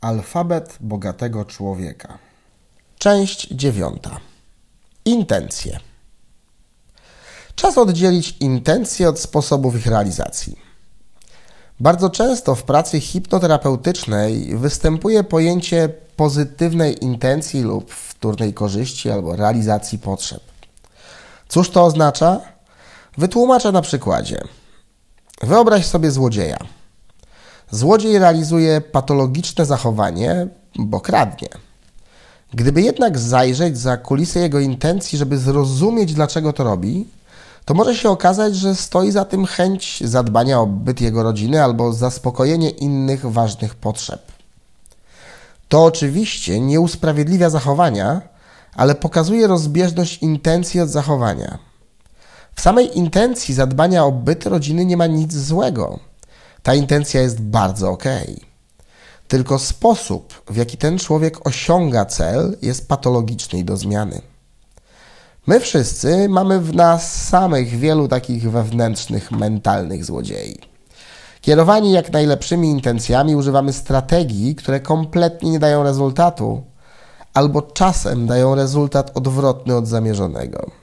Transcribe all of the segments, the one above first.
Alfabet bogatego człowieka. Część 9. Intencje. Czas oddzielić intencje od sposobów ich realizacji. Bardzo często w pracy hipnoterapeutycznej występuje pojęcie pozytywnej intencji lub wtórnej korzyści albo realizacji potrzeb. Cóż to oznacza? Wytłumaczę na przykładzie. Wyobraź sobie złodzieja. Złodziej realizuje patologiczne zachowanie, bo kradnie. Gdyby jednak zajrzeć za kulisy jego intencji, żeby zrozumieć, dlaczego to robi, to może się okazać, że stoi za tym chęć zadbania o byt jego rodziny albo zaspokojenie innych ważnych potrzeb. To oczywiście nie usprawiedliwia zachowania, ale pokazuje rozbieżność intencji od zachowania. W samej intencji zadbania o byt rodziny nie ma nic złego. Ta intencja jest bardzo okej. Tylko sposób, w jaki ten człowiek osiąga cel, jest patologiczny i do zmiany. My wszyscy mamy w nas samych wielu takich wewnętrznych, mentalnych złodziei. Kierowani jak najlepszymi intencjami używamy strategii, które kompletnie nie dają rezultatu, albo czasem dają rezultat odwrotny od zamierzonego.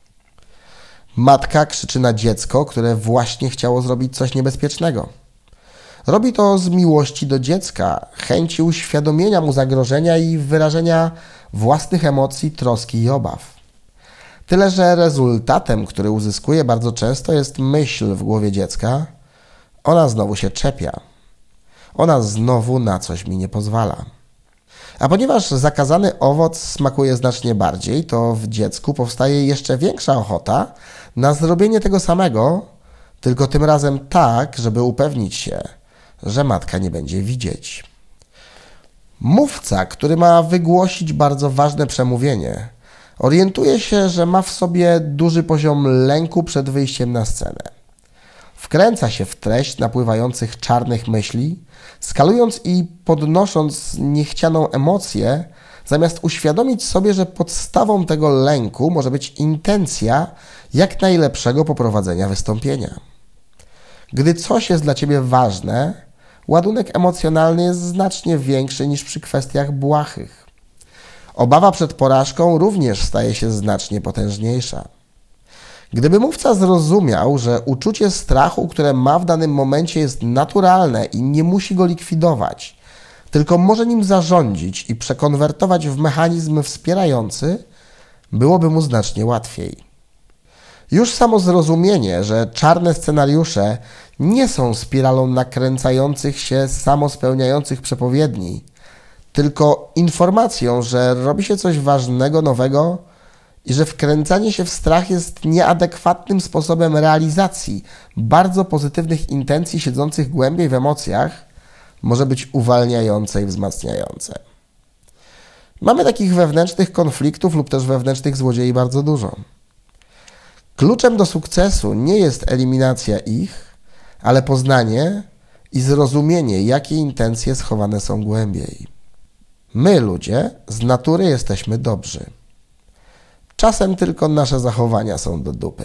Matka krzyczy na dziecko, które właśnie chciało zrobić coś niebezpiecznego. Robi to z miłości do dziecka, chęci uświadomienia mu zagrożenia i wyrażenia własnych emocji, troski i obaw. Tyle, że rezultatem, który uzyskuje bardzo często, jest myśl w głowie dziecka: ona znowu się czepia. Ona znowu na coś mi nie pozwala. A ponieważ zakazany owoc smakuje znacznie bardziej, to w dziecku powstaje jeszcze większa ochota na zrobienie tego samego, tylko tym razem tak, żeby upewnić się, że matka nie będzie widzieć. Mówca, który ma wygłosić bardzo ważne przemówienie, orientuje się, że ma w sobie duży poziom lęku przed wyjściem na scenę. Wkręca się w treść napływających czarnych myśli, skalując i podnosząc niechcianą emocję, zamiast uświadomić sobie, że podstawą tego lęku może być intencja jak najlepszego poprowadzenia wystąpienia. Gdy coś jest dla ciebie ważne, ładunek emocjonalny jest znacznie większy niż przy kwestiach błahych. Obawa przed porażką również staje się znacznie potężniejsza. Gdyby mówca zrozumiał, że uczucie strachu, które ma w danym momencie, jest naturalne i nie musi go likwidować, tylko może nim zarządzić i przekonwertować w mechanizm wspierający, byłoby mu znacznie łatwiej. Już samo zrozumienie, że czarne scenariusze nie są spiralą nakręcających się, samospełniających przepowiedni, tylko informacją, że robi się coś ważnego, nowego i że wkręcanie się w strach jest nieadekwatnym sposobem realizacji bardzo pozytywnych intencji siedzących głębiej w emocjach, może być uwalniające i wzmacniające. Mamy takich wewnętrznych konfliktów lub też wewnętrznych złodziei bardzo dużo. Kluczem do sukcesu nie jest eliminacja ich, ale poznanie i zrozumienie, jakie intencje schowane są głębiej. My, ludzie, z natury jesteśmy dobrzy. Czasem tylko nasze zachowania są do dupy.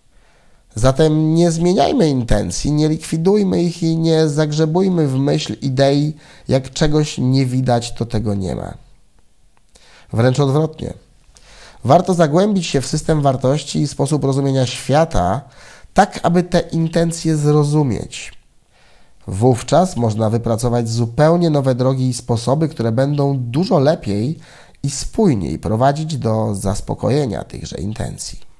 Zatem nie zmieniajmy intencji, nie likwidujmy ich i nie zagrzebujmy w myśl idei, jak czegoś nie widać, to tego nie ma. Wręcz odwrotnie. Warto zagłębić się w system wartości i sposób rozumienia świata, tak aby te intencje zrozumieć. Wówczas można wypracować zupełnie nowe drogi i sposoby, które będą dużo lepiej i spójniej prowadzić do zaspokojenia tychże intencji.